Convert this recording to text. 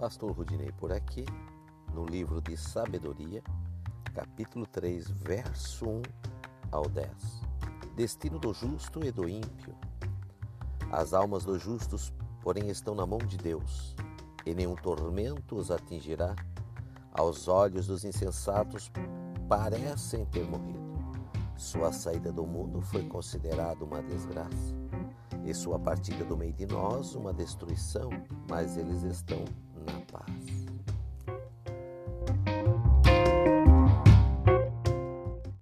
Pastor Rudinei por aqui, no livro de Sabedoria, capítulo 3, verso 1 ao 10. Destino do justo e do ímpio. As almas dos justos, porém, estão na mão de Deus, e nenhum tormento os atingirá. Aos olhos dos insensatos parecem ter morrido. Sua saída do mundo foi considerada uma desgraça, e sua partida do meio de nós uma destruição, mas eles estão na paz.